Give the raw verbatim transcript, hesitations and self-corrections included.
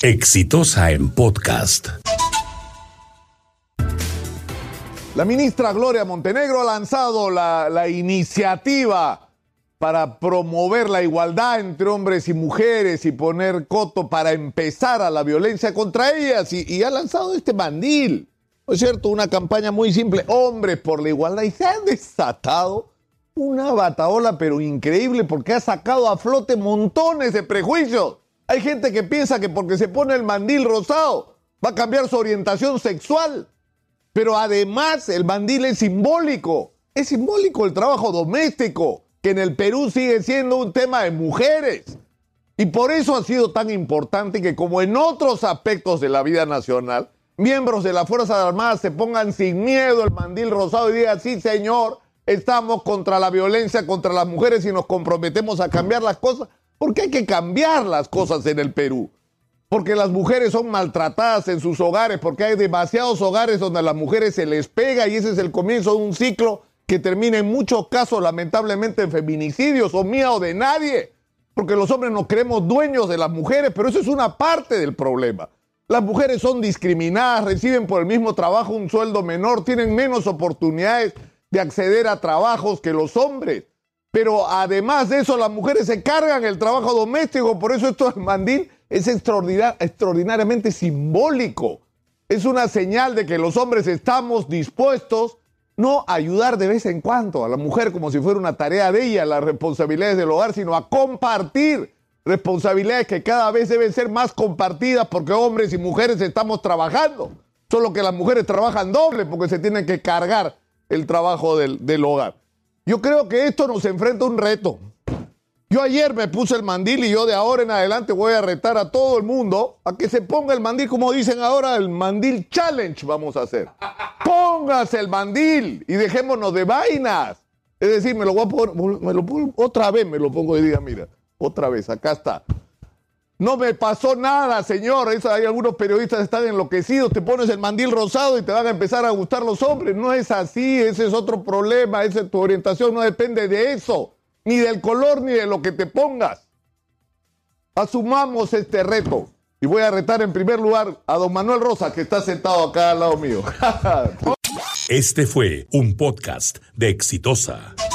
Exitosa en podcast. La ministra Gloria Montenegro ha lanzado la, la iniciativa para promover la igualdad entre hombres y mujeres y poner coto para empezar a la violencia contra ellas. Y, y ha lanzado este mandil, ¿no es cierto? Una campaña muy simple, hombres por la igualdad. Y se ha desatado una batahola pero increíble porque ha sacado a flote montones de prejuicios. Hay gente que piensa que porque se pone el mandil rosado va a cambiar su orientación sexual. Pero además el mandil es simbólico. Es simbólico el trabajo doméstico, que en el Perú sigue siendo un tema de mujeres. Y por eso ha sido tan importante que, como en otros aspectos de la vida nacional, miembros de las Fuerzas Armadas se pongan sin miedo el mandil rosado y digan, sí señor, estamos contra la violencia contra las mujeres y nos comprometemos a cambiar las cosas, porque hay que cambiar las cosas en el Perú. Porque las mujeres son maltratadas en sus hogares, porque hay demasiados hogares donde a las mujeres se les pega y ese es el comienzo de un ciclo que termina en muchos casos lamentablemente en feminicidios o mía o de nadie, porque los hombres nos creemos dueños de las mujeres, pero eso es una parte del problema. Las mujeres son discriminadas, reciben por el mismo trabajo un sueldo menor, tienen menos oportunidades de acceder a trabajos que los hombres, pero además de eso las mujeres se cargan el trabajo doméstico, por eso esto del mandil es extraordinar- extraordinariamente simbólico. Es una señal de que los hombres estamos dispuestos no a ayudar de vez en cuando a la mujer como si fuera una tarea de ella, las responsabilidades del hogar, sino a compartir responsabilidades que cada vez deben ser más compartidas porque hombres y mujeres estamos trabajando. Solo que las mujeres trabajan doble porque se tienen que cargar el trabajo del, del hogar. Yo creo que esto nos enfrenta a un reto. Yo ayer me puse el mandil y yo de ahora en adelante voy a retar a todo el mundo a que se ponga el mandil, como dicen ahora, el mandil challenge vamos a hacer. Póngase el mandil y dejémonos de vainas. Es decir, me lo voy a poner, me lo pongo, otra vez me lo pongo y diga, mira, otra vez, acá está. No me pasó nada, señor. Eso, hay algunos periodistas que están enloquecidos. Te pones el mandil rosado y te van a empezar a gustar los hombres. No es así, ese es otro problema. Esa, tu orientación no depende de eso, ni del color, ni de lo que te pongas. Asumamos este reto. Y voy a retar en primer lugar a don Manuel Rosa, que está sentado acá al lado mío. Este fue un podcast de Exitosa.